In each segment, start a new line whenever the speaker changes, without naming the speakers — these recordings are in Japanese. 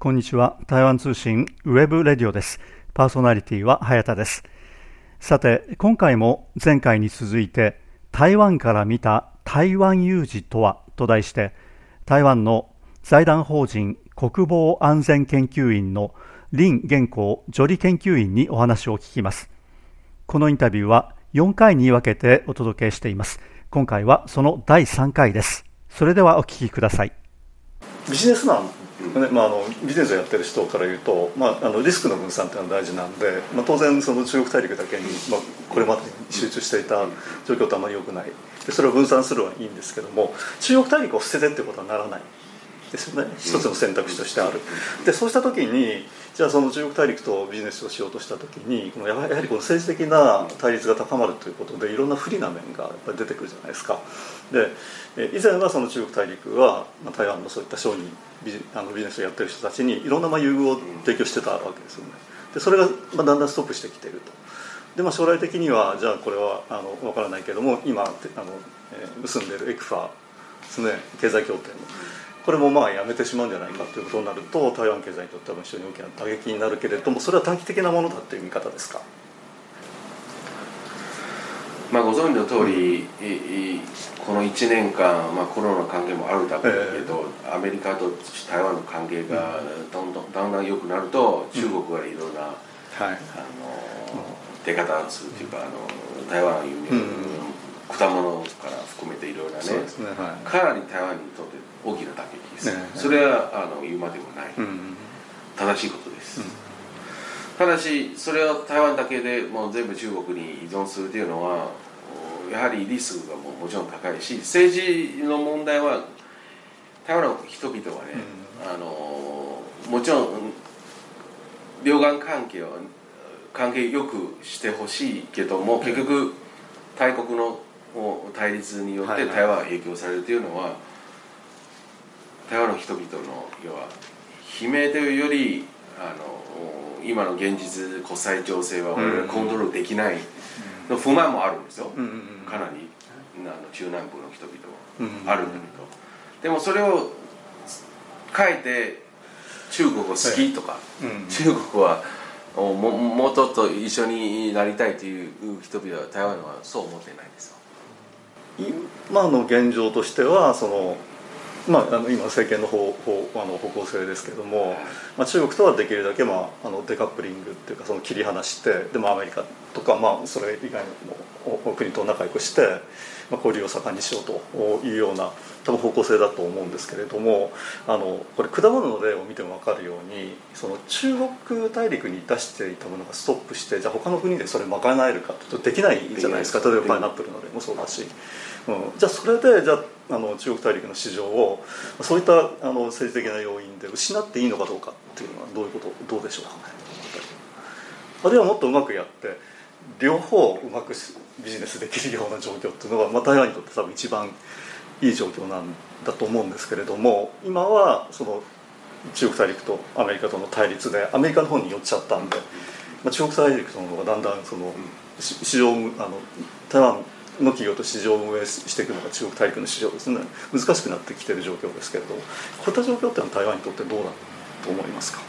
こんにちは。台湾通信ウェブレディオです。パーソナリティは早田です。さて、今回も前回に続いて台湾から見た台湾有事とはと題して、台湾の財団法人国防安全研究院の林元光助理研究員にお話を聞きます。このインタビューは4回に分けてお届けしています。今回はその第3回です。それではお聞きください。
ビジネスマン、ビジネスをやってる人から言うと、リスクの分散というのは大事なんで、当然その中国大陸だけに、これまでに集中していた状況とあまり良くないで、それを分散するはいいんですけども、中国大陸を捨ててってことはならないですよね。一つの選択肢としてある。でそうした時に、じゃあその中国大陸とビジネスをしようとした時に、やはりこの政治的な対立が高まるということで、いろんな不利な面がやっぱり出てくるじゃないですか。で以前はその中国大陸は台湾のそういった商人ビジネスをやってる人たちにいろんな優遇を提供してたわけですよね。でそれがだんだんストップしてきていると。で、将来的にはじゃあこれは分からないけども、今結んでいるエクファですね、経済協定のこれもやめてしまうんじゃないかということになると、台湾経済にとっては非常に大きな打撃になるけれども、それは短期的なものだという見方ですか。
ご存知の通り、この1年間、コロナの関係もあるだろうけど、アメリカと台湾の関係がだんだん良くなると、中国がいろんな、出方をするというか、台湾の輸入、果物から含めていろいろなね、かなり台湾にとって大きな打撃です。それは言うまでもない、正しいことです。ただし、それを台湾だけでもう全部中国に依存するというのは、やはりリスクがもちろん高いし、政治の問題は台湾の人々はね、もちろん両岸関係よくしてほしいけども、結局大国の対立によって台湾が影響されるというのは、台湾の人々の要は悲鳴というより今の現実国際情勢は我々コントロールできないの不満もあるんですよ。かなり中南部の人々はあるんだけど、でもそれを変えて中国を好きとか、中国はもうちょっと一緒になりたいという人々は台湾はそう思ってないんですよ。
今の現状としては今政権の方向性ですけれども、中国とはできるだけ、デカップリングっていうか、切り離して、でアメリカとか、それ以外の国と仲良くして、交流を盛んにしようというような多分方向性だと思うんですけれども、これ果物の例を見ても分かるように、中国大陸に出していたものがストップして、じゃあ他の国でそれ賄えるかというとできないじゃないですか。例えばパイナップルの例もそうだし、じゃあそれで中国大陸の市場をそういった政治的な要因で失っていいのかどうかっていうのはどうでしょうかね。あるいはもっとうまくやって両方うまくビジネスできるような状況っていうのが、台湾にとって多分一番いい状況なんだと思うんですけれども、今は中国大陸とアメリカとの対立でアメリカの方に寄っちゃったんで、中国大陸の方がだんだん市場台湾の企業と市場を運営していくのが中国大陸の市場ですね、難しくなってきている状況ですけれど、こういった状況ってのは台湾にとってどうだと思いますか。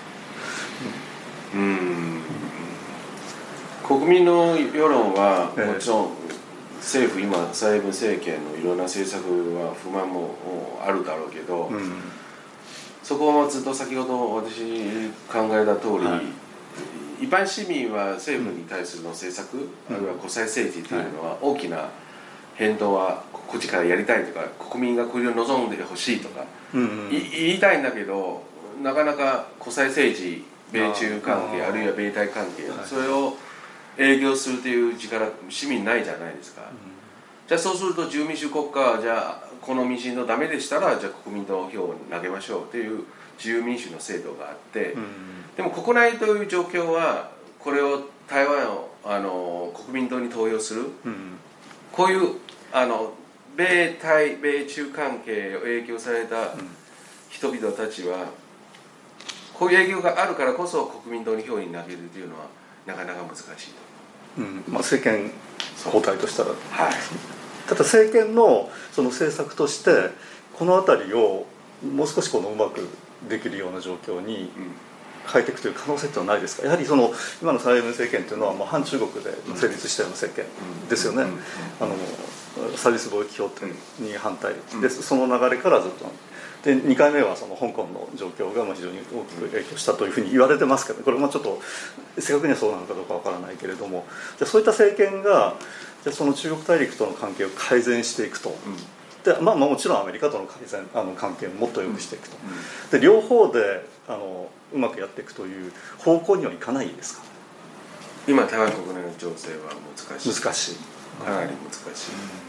国民の世論はもちろん政府、今蔡英文政権のいろんな政策は不満もあるだろうけど、そこはずっと先ほど私考えた通り、一般市民は政府に対するの政策、あるいは国際政治というのは大きな変動はこっちからやりたいとか、国民がこれを望んでほしいとか、言いたいんだけど、なかなか国際政治、米中関係あるいは米台関係、それを営業するという力市民ないじゃないですか。じゃあそうすると自由民主国家、じゃあこの民進党ダメでしたら、じゃあ国民投票を投げましょうという自由民主の制度があって、でも国内という状況はこれを台湾を国民党に投票する、こういう米台米中関係を影響された人々たちは、こういう影響があるからこそ国民党に票に投げるというのはなかなか難しいと。
政権交代としたら、ただ政権のその政策としてこの辺りをもう少しうまくできるような状況に変えていくという可能性ってはないですか。やはりその今の蔡英文政権というのはもう反中国で成立したような政権ですよね。サービス貿易協定に反対で、その流れからずっとで2回目はその香港の状況が非常に大きく影響したというふうに言われてますけど、これもちょっと正確にはそうなのかどうかわからないけれども、じゃあそういった政権がじゃあその中国大陸との関係を改善していくと、でもちろんアメリカとの関係をもっと良くしていくと、で両方でうまくやっていくという方向にはいかないですか。
今台湾国内の情勢は難しいかなり難しい、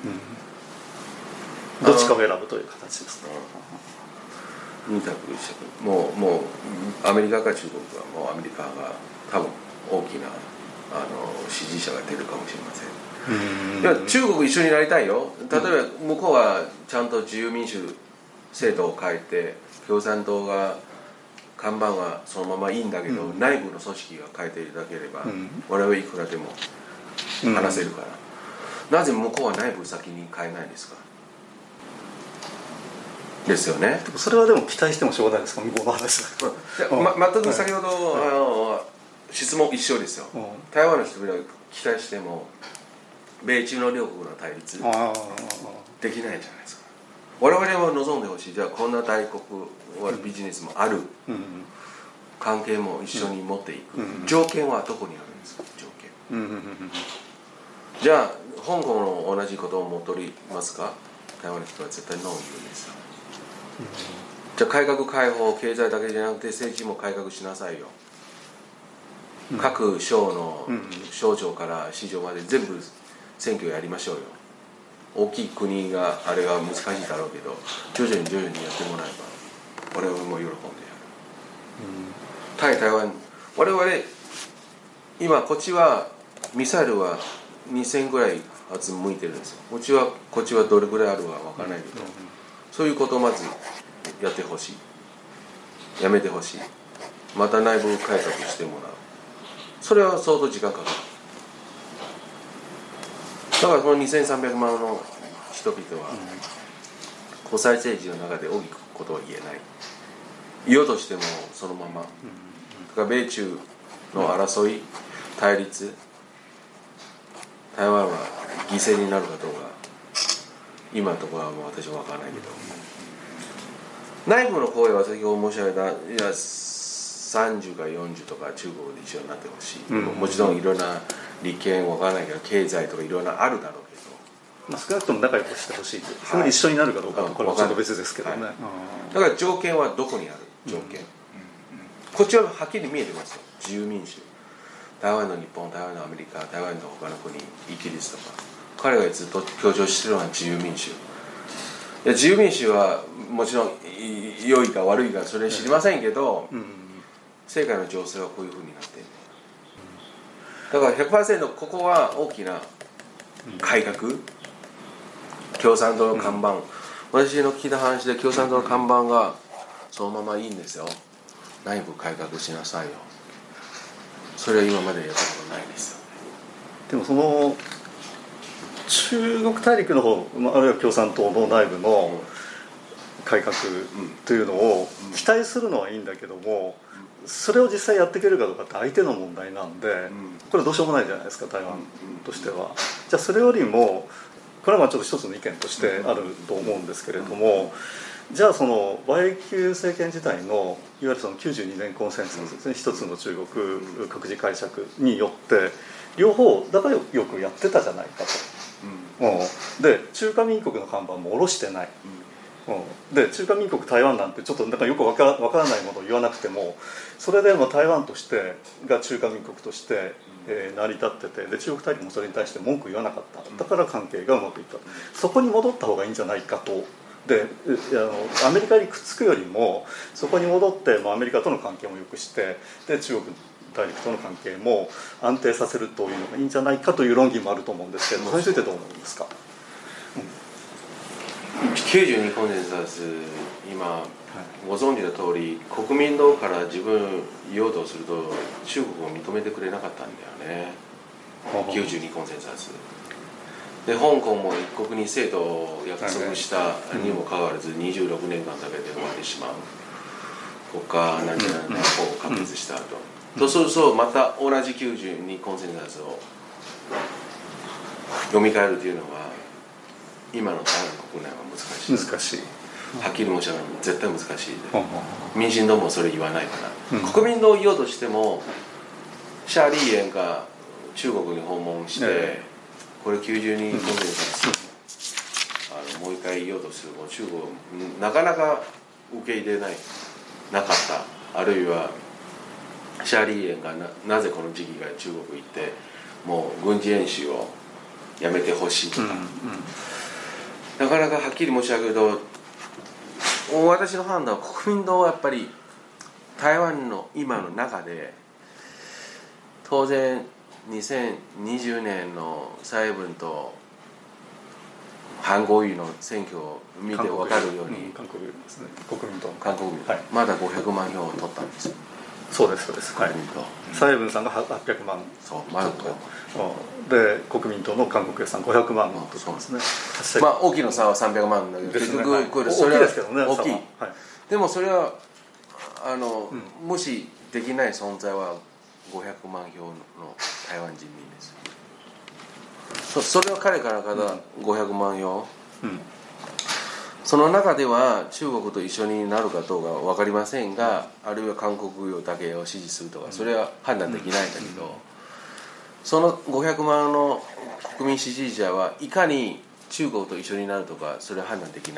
どっちかを選ぶという形ですね。
2択してもうアメリカか中国はもうアメリカが多分大きな支持者が出るかもしれません。いや中国一緒になりたいよ。例えば向こうはちゃんと自由民主制度を変えて共産党が看板はそのままいいんだけど、内部の組織が変えていただければ、我々いくらでも話せるから、なぜ向こうは内部先に変えないんですか。ですよね。
それはでも期待してもしょうがないですか、向こうの話だから。
全く先ほど、質問一緒ですよ。台湾の人々は期待しても米中の両国の対立できないじゃないですか。我々は望んでほしい。じゃあこんな大国ビジネスもある、関係も一緒に持っていく、条件はどこにあるんですか。条件、じゃあ香港の同じことを戻りますか。台湾の人は絶対ノー言うんですよ。じゃあ改革開放、経済だけじゃなくて政治も改革しなさいよ。各省の省庁から市場まで全部選挙やりましょうよ。大きい国があれは難しいだろうけど、徐々にやってもらえば我々も喜んでやる。対台湾、我々今こっちはミサイルは2000ぐらい発向いてるんですよ。こっちはどれぐらいあるか分からないけど、そういうことをまずやってほしい。やめてほしい。また内部改革してもらう。それは相当時間かかる。だからこの2300万の人々は国際政治の中で大きくことは言えない。言おうとしてもそのまま。だから米中の争い、対立、台湾は犠牲になるかどうか、今のところはもう私は分からないけど、内部の声は先ほど申し上げた、いや30か40とか中国で一緒になってほしい、もちろんいろんな利権分からないけど経済とかいろんなあるだろうけど、
少なくとも仲良くしてほしい。それに一緒になるかどうかとこれはちょっと別ですけどね、
だから条件はどこにある。条件、こっちははっきり見えてますよ。自由民主、台湾の日本、台湾のアメリカ、台湾の他の国、イギリスとか、彼がずっと強調してるのは自由民主。自由民主はもちろん良いか悪いかそれ知りませんけど、世界の情勢はこういうふうになっている。だから 100% ここは大きな改革、共産党の看板、私の聞いた話で共産党の看板がそのままいいんですよ。内部改革しなさいよ。それは今までやったことないですよ。
でもその中国大陸の方、あるいは共産党の内部の改革というのを期待するのはいいんだけども、それを実際やっていけるかどうかって相手の問題なんで、これはどうしようもないじゃないですか、台湾としては。じゃあそれよりも、これはちょっと一つの意見としてあると思うんですけれども、じゃあその馬英九政権自体のいわゆるその92年コンセンサスですね、一つの中国各自解釈によって両方仲良くやってたじゃないかと、で中華民国の看板も下ろしてない、で中華民国台湾なんてちょっとなんかよくわからないものを言わなくても、それでも台湾としてが中華民国として、成り立ってて、で中国大陸もそれに対して文句言わなかった。だから関係がうまくいった。そこに戻った方がいいんじゃないかと。でアメリカにくっつくよりもそこに戻って、アメリカとの関係も良くして、で中国大陸との関係も安定させるというのがいいんじゃないかという論議もあると思うんですけど、それについてどう思うんですか。
92コンセンサス、今ご存知の通り国民党から自分言おうとすると中国を認めてくれなかったんだよね。92コンセンサスで香港も一国二制度を約束したにもかかわらず26年間だけで終わってしまう。 とか何かを可決した後、とするとまた同じ92コンセンサスを読み替えるというのは今の台湾国内は難しい。はっきり申し上げる絶対難しいで、民進党もそれ言わないから、国民党を言おうとしてもシャーリー園が中国に訪問して、これ92コンセンサス、もう一回言おうとするも中国なかなか受け入れなかった。あるいはシャーリー園が なぜこの時期が中国行ってもう軍事演習をやめてほしいとか、なかなかはっきり申し上げると私の判断は国民党はやっぱり台湾の今の中で当然2020年の蔡英文と韓国の選挙を見て分かるように
韓国ですね、国民党
まだ500万票を取ったんですよ。
そうですそうです、国民党、蔡英文さんが800万
まだ
で国民党の韓国さん500万とかですね。
大きな差は300万だけど結局
それは大きいですけどね。
大きい、でもそれは無視できない存在は500万票の台湾人民ですよ。それは彼から500万票、その中では中国と一緒になるかどうかは分かりませんが、あるいは韓国だけを支持するとかそれは判断できないんだけど、その500万の国民支持者はいかに中国と一緒になるとかそれは判断できない、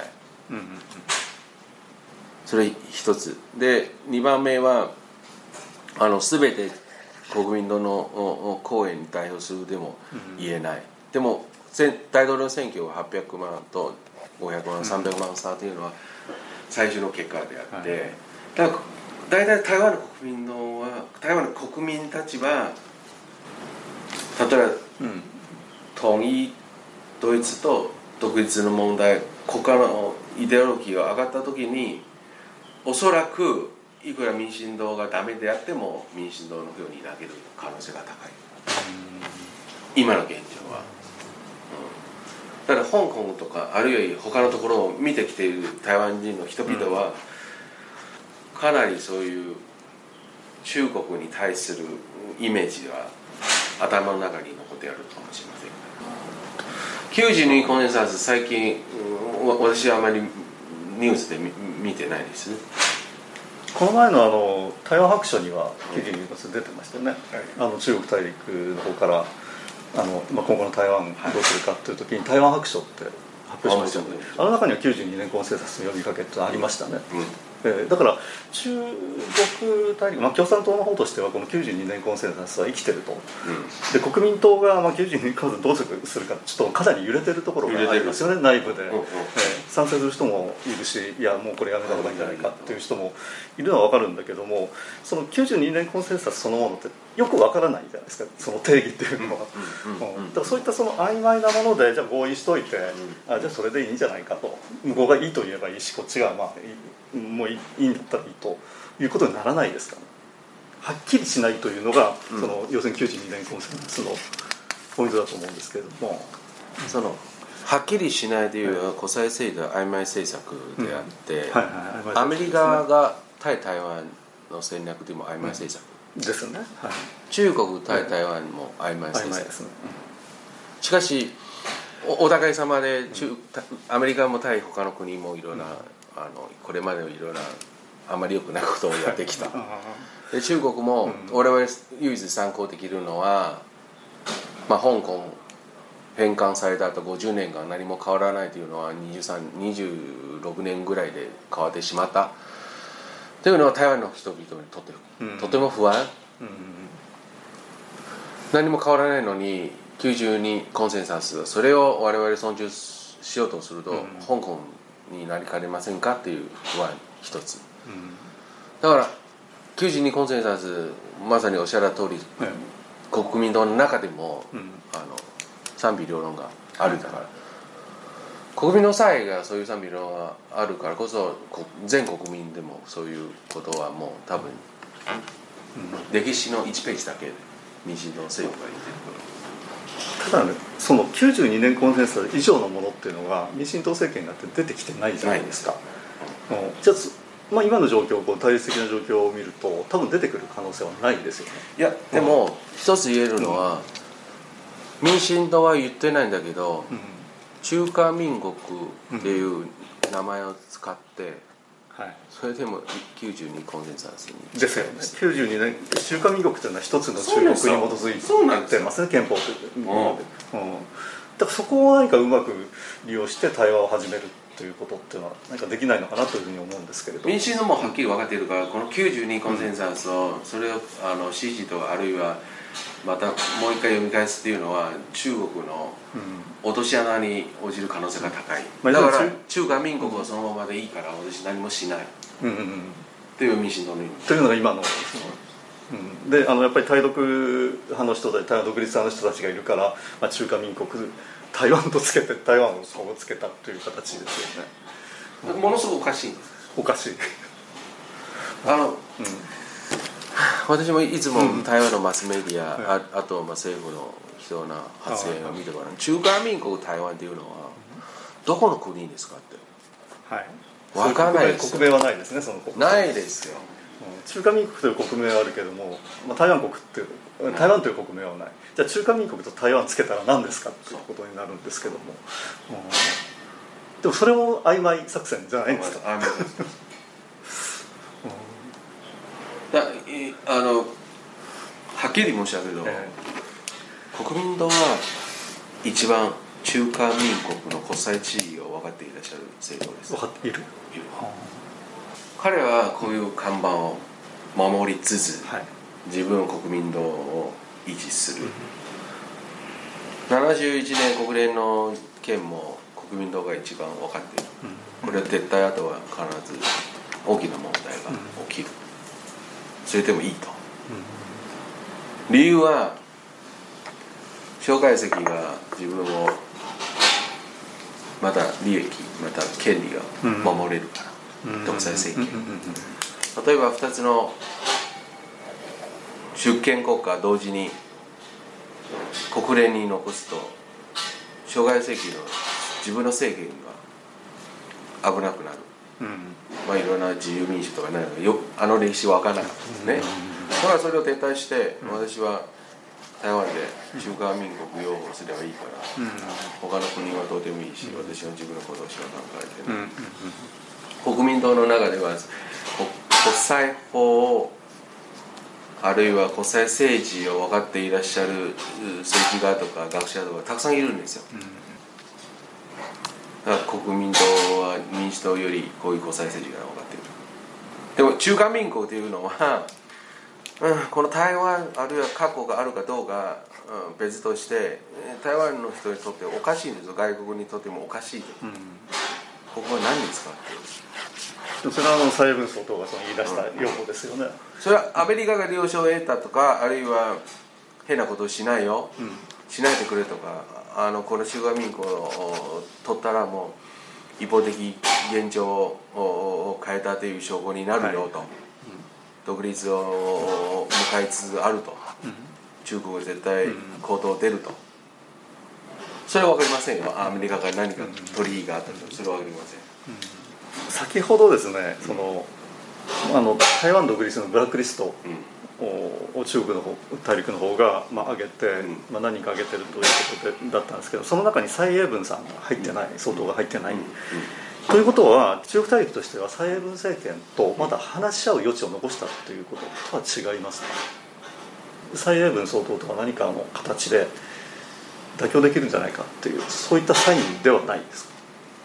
それ一つで、2番目は全て国民党の講演に代表するでも言えない、でも大統領選挙は800万と500万300万差というのは最終の結果であって、だから大体台湾の国民党は台湾の国民たちは例えば、統一ドイツと独立の問題、国家のイデオロギーが上がった時におそらくいくら民進党がダメであっても民進党の票に投げる可能性が高い、今の現状は、だから香港とかあるいは他のところを見てきている台湾人の人々は、かなりそういう中国に対するイメージは頭の中に残ってあるかもしれません。92コンセンサス最近私はあまりニュースで見てないです。
この前の台湾白書には92コンセンサス出てましたよね、中国大陸の方から今後の台湾どうするかという時に台湾白書って発表しましたよね。あの中には92年コンセンサスの呼びかけってありましたね、だから中国大陸、共産党の方としてはこの92年コンセンサスは生きてると、で国民党が92年コンセンサスどうするかちょっとかなり揺れてるところがありますよね、内部で、賛成する人もいるし、いやもうこれやめた方がいいんじゃないかっていう人もいるのは分かるんだけども、その92年コンセンサスそのものってよく分からないじゃないですか、その定義っていうのは。だからそういったその曖昧なものでじゃあ合意しといて、じゃあそれでいいんじゃないかと、向こうがいいと言えばいいし、こっちがもういいんだったらいいということにならないですかね。はっきりしないというのが、その要するに92年コンセンサスのポイントだと思うんですけれども、
そのはっきりしないというのは国際制度は曖昧政策であって、アメリカが対台湾の戦略でも曖昧政策、
ですよね、
中国対台湾も曖昧政策ですね。しかし お互い様でアメリカも対他の国もいろんな、これまでのいろんなあまり良くないことをやってきたで中国も我々唯一参考できるのは、香港返還された後50年間何も変わらないというのは26年ぐらいで変わってしまったというのは台湾の人々にとってとても不安、何も変わらないのに92コンセンサス、それを我々尊重しようとすると、香港になりかねませんかっていう不安一つ、だから92コンセンサスまさにおっしゃった通り、国民党の中でも、賛否両論があるだから、国民の際がそういう賛否両論があるからこそ全国民でもそういうことはもう多分、歴史の1ページだけで民進党政府が言ってること。
ただね、その92年コンセンサス以上のものっていうのが民進党政権になって出てきてないじゃないですか。じゃあまあ、今の状況対立的な状況を見ると多分出てくる可能性はないんですよね。
いやでも一つ言えるのは、民進党は言ってないんだけど、中華民国っていう名前を使って、それでも92コンセンサスに
ですよね。92年中華民国というのは一つの中国に基づいてますね、憲法というもので、だからそこを何かうまく利用して対話を始めるということっていうのは何かできないのかなというふうに思うんですけれど、
民進党もはっきり分かっているから、この92コンセンサスをそれを支持とあるいはまたもう一回読み返すっていうのは中国の落とし穴に落ちる可能性が高い、だから中華民国はそのままでいいから私何もしないっていう民進党の意味
というのが今ので、やっぱり対独派の人たち、対独立派の人たちがいるから、まあ、中華民国台湾とつけて台湾をつけたという形ですよね。
ものすごくおかしい。
おかしい。
私もいつも台湾のマスメディア、あと政府の人の発言を見てもらう。中華民国台湾っていうのはどこの国ですかって。分からないですよ。
国名はないですね、その国。
ないですよ。
中華民国という国名はあるけども、まあ、台湾という国名はない。じゃあ中華民国と台湾つけたら何ですかっていうことになるんですけども、でもそれも曖昧作戦じゃないんですか。
曖昧はっきり申し上げると、国民党は一番中華民国の国際地位を分かっていらっしゃる政党です。
分かっている。
彼はこういう看板を守りつつ、自分国民党を維持する、71年国連の件も国民党が一番分かっている、これは撤退後は必ず大きな問題が起きる、それでもいいと、理由は蒋介石が自分をまた利益また権利を守れるから、独裁政権、例えば2つの主権国家同時に国連に残すと蒋介石の自分の政権が危なくなる、まあいろんな自由民主とかね、歴史は分からなかったですね。だからそれを撤退して、私は台湾で中華民国擁護すればいいから、他の国はどうでもいいし、私は自分のことをしようと考えてね、国民党の中では国際法をあるいは国際政治を分かっていらっしゃる政治家とか学者とかたくさんいるんですよ。だから国民党は民主党よりこういう国際政治が分かっている。でも中華民国というのは、この台湾あるいは過去があるかどうか、別として台湾の人にとっておかしいんですよ。外国にとってもおかしいと、ここは何に使っている。
それは蔡英文総統が言い出した用語ですよね。
それはアメリカが了承を得たとか、あるいは変なことをしないよ、しないでくれとか、この中華民国を取ったらもう一方的現状を変えたという証拠になるよと、独立を迎えつつあると、中国は絶対行動出ると、それは分かりませんよ。アメリカが何か取り引きがあったと、それは分かりません。
先ほどですね、台湾独立のブラックリストを中国の大陸の方が上げて、何か上げてるということだったんですけど、その中に蔡英文さんが入ってない、総統が入ってない、ということは中国大陸としては蔡英文政権とまだ話し合う余地を残したということとは違いますか。蔡英文総統とは何かの形で妥協できるんじゃないかっていう、そういったサインではないですか。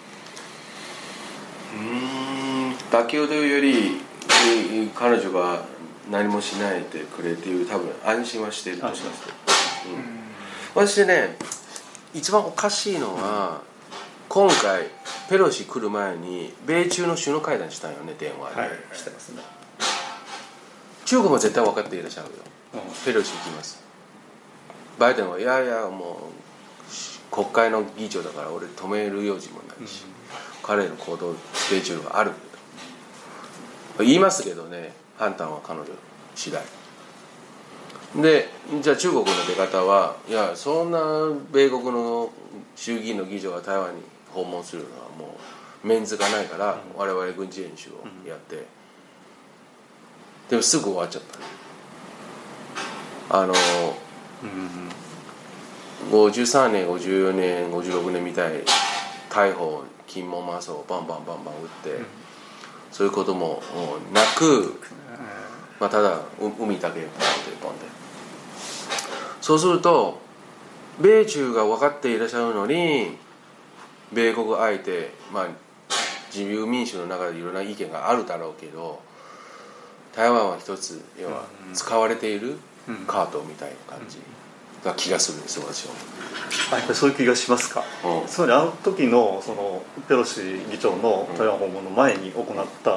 妥協というより彼女が何もしないでくれっていう、多分安心はしていると思います。私ね、一番おかしいのは、今回ペロシ来る前に米中の首脳会談したんよね、電話で。
してますね。
中国も絶対分かっていらっしゃるよ、ペロシ行きます。バイデンはいやいやもう国会の議長だから俺止める用事もないし、彼の行動米中があると言いますけどね、判断は彼女次第で、じゃあ中国の出方は、いやそんな米国の衆議院の議長が台湾に訪問するのはもうメンズがないから、我々軍事演習をやって、 でもすぐ終わっちゃった。53年54年56年みたい逮捕金門マスをバンバン打って、そういうこともなく、ただ海だけポンでそうすると米中が分かっていらっしゃるのに米国相手、自由民主の中でいろんな意見があるだろうけど、台湾は一つ要は使われているカートみたいな感じが気がするんですよ、私は。
やっぱりそういう気がしますか。つまりあの時のそのペロシ議長の台湾訪問の前に行った、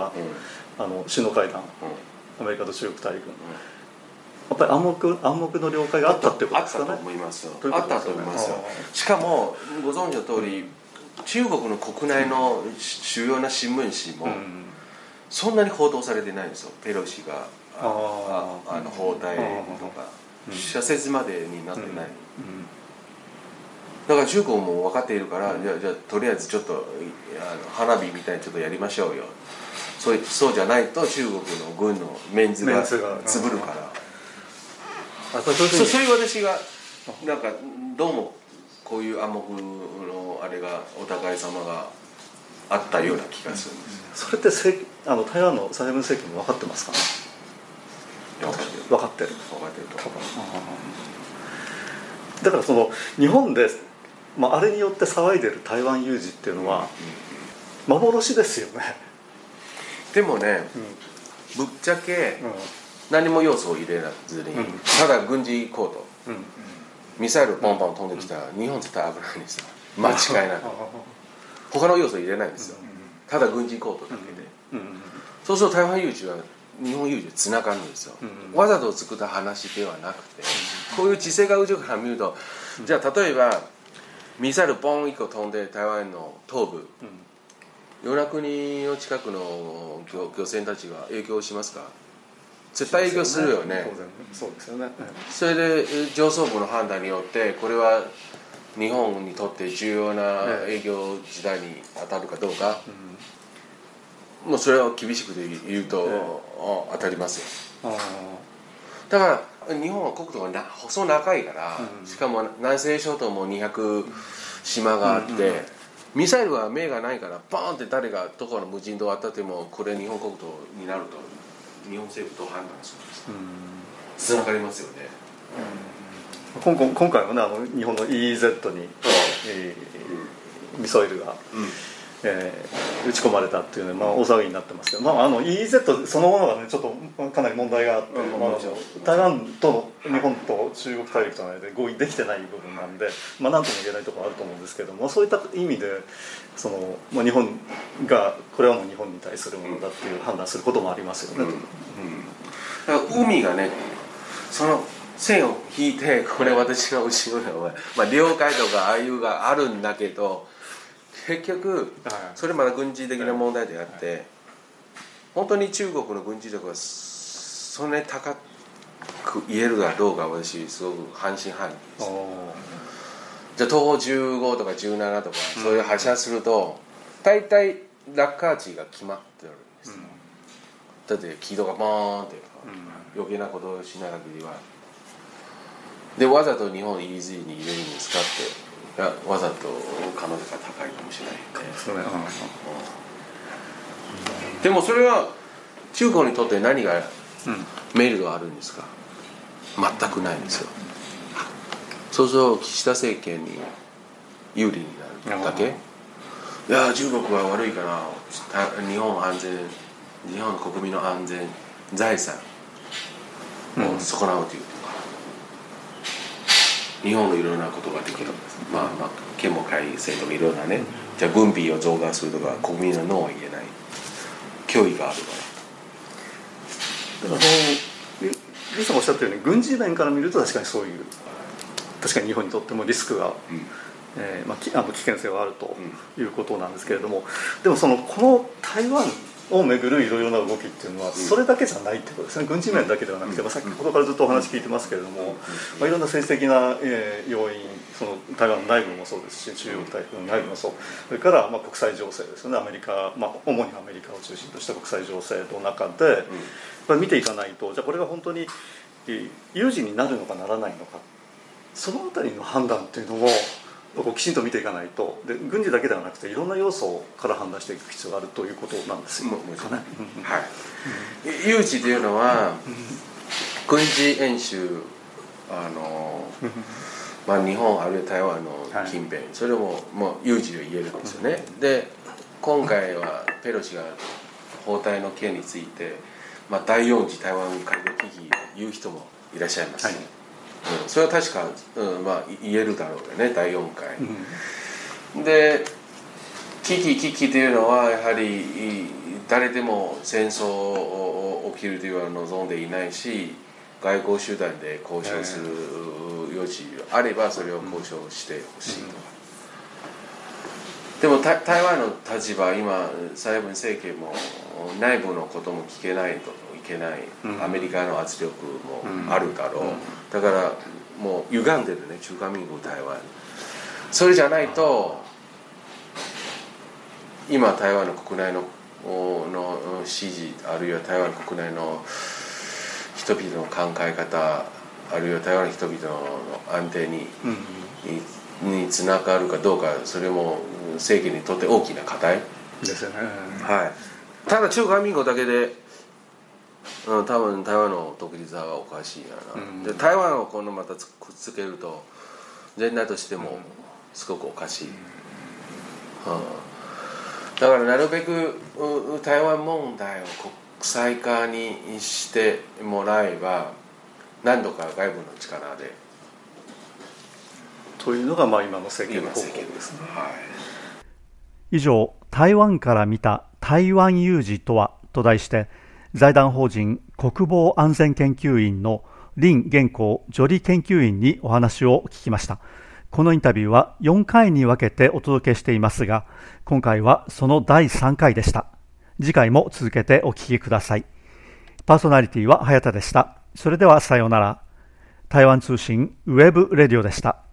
首脳会談、アメリカと中国大陸の、やっぱり暗黙の了解があったっていうことですかね。
あったと思いますよ。あったと思いますよ。しかもご存知の通り、中国の国内の主要な新聞紙もそんなに報道されてないんですよ。ペロシが訪台とか社説までになってない。だから中国も分かっているから、じゃあとりあえずちょっと花火みたいにちょっとやりましょうよ。そうじゃないと中国の軍のメンズが潰るから。そういう私がなんかどうもこういう暗黙のあれがお互い様があったような気がするんです。
それって台湾の蔡英文政権も分かってますかね。分かってると。だからその日本で、あれによって騒いでる台湾有事っていうのは幻ですよね。
でもね、ぶっちゃけ何も要素を入れずに、ただ軍事行動、ミサイルポンポン飛んできたら日本絶対危ないんですよ、間違いなく。他の要素入れないんですよ、ただ軍事行動だけで。そうすると台湾有事は日本有事でつながるんですよ、わざと作った話ではなくて、こういう地政学上から見ると、じゃあ例えばミサイルポン1個飛んで台湾の東部、与那国の近くの漁船たちが影響しますか。絶対影響するよね。
そうですよね。
それで上層部の判断によってこれは日本にとって重要な営業時代に当たるかどうか、もうそれは厳しく言うと当たりますよ。だから日本は国土が細長いから、しかも南西諸島も200島があって、ミサイルは目がないからバーンって誰がどこの無人島当たってもこれ日本国土になると日本政府と判断するんです。つながりますよね。
今回もね、日本の EEZ に、ミサイルが、撃ち込まれたっていうね、大騒ぎになってますけど、EEZ そのものがねちょっとかなり問題があって、台湾と日本と中国大陸との間で合意できてない部分なんで、何とも言えないところあると思うんですけども、そういった意味で日本がこれはもう日本に対するものだっていう判断することもありますよね。
だから海がね、その線を引いて、これ私の後ろの、領海とかああいうがあるんだけど、結局それまだ軍事的な問題であって、本当に中国の軍事力はそんなに高く言えるかどうか、私すごく半信半疑です。じゃあ東方15とか17とかそういう発射すると大体落下値が決まってるんですよ。だって軌道がボーンって余計なことをしない限りは。でわざと日本 EEZ に入れるんですかって、わざと可能性が高いかもしれない。でもそれは中国にとって何がメリットがあるんですか。全くないんですよ。そうすると岸田政権に有利になるだけ。いや中国は悪いから日本安全、日本の国民の安全財産を損なうというとか、日本のいろんなことができるんです。憲法改正とかいろんなね、じゃあ軍備を増加するとか国民のノーは言えない脅威があるから。
だからリさんおっしゃったように軍事面から見ると確かにそういう、確かに日本にとってもリスクが、危険性はあるということなんですけれども、でもこの台湾をめぐるいろいろな動きっていうのはそれだけじゃないってことですね。軍事面だけではなくて、先ほどからずっとお話聞いてますけれども、いろんな政治的な要因、その台湾の内部もそうですし、中国大陸の内部もそう、それから国際情勢ですよね。アメリカ、主にアメリカを中心とした国際情勢の中でやっぱり見ていかないと、じゃあこれが本当に有事になるのかならないのか、そのあたりの判断っていうのもきちんと見ていかないと、で軍事だけではなくていろんな要素から判断していく必要があるということなんですよ。
はい、有事というのは軍事演習、日本あるいは台湾の近辺、それも有事と言えるんですよね。で今回はペロシが訪台の件について、第4次台湾海峡危機言う人もいらっしゃいます、それは確か、言えるだろうよね、第4回、で危機というのはやはり誰でも戦争を起きるというのは望んでいないし、外交手段で交渉する余地があればそれを交渉してほしいとか、でも台湾の立場、今蔡英文政権も内部のことも聞けないといけない、アメリカの圧力もあるだろう、だからもう歪んでるね、中華民国台湾。それじゃないと今台湾の国内の支持、あるいは台湾国内の人々の考え方、あるいは台湾の人々の安定につながるかどうか、それも政権にとって大きな課題
ですよね。
ただ中華民国だけで、多分台湾の独立はおかしいやな、で台湾を今度またくっつけると全体としてもすごくおかしい、だからなるべく台湾問題を国際化にしてもらえば、何度か外部の力で
というのが今の政権の方向ですね。
以上、台湾から見た台湾有事とはと題して、財団法人国防安全研究院の林元光助理研究員にお話を聞きました。このインタビューは4回に分けてお届けしていますが、今回はその第3回でした。次回も続けてお聞きください。パーソナリティは早田でした。それではさようなら。台湾通信ウェブレディオでした。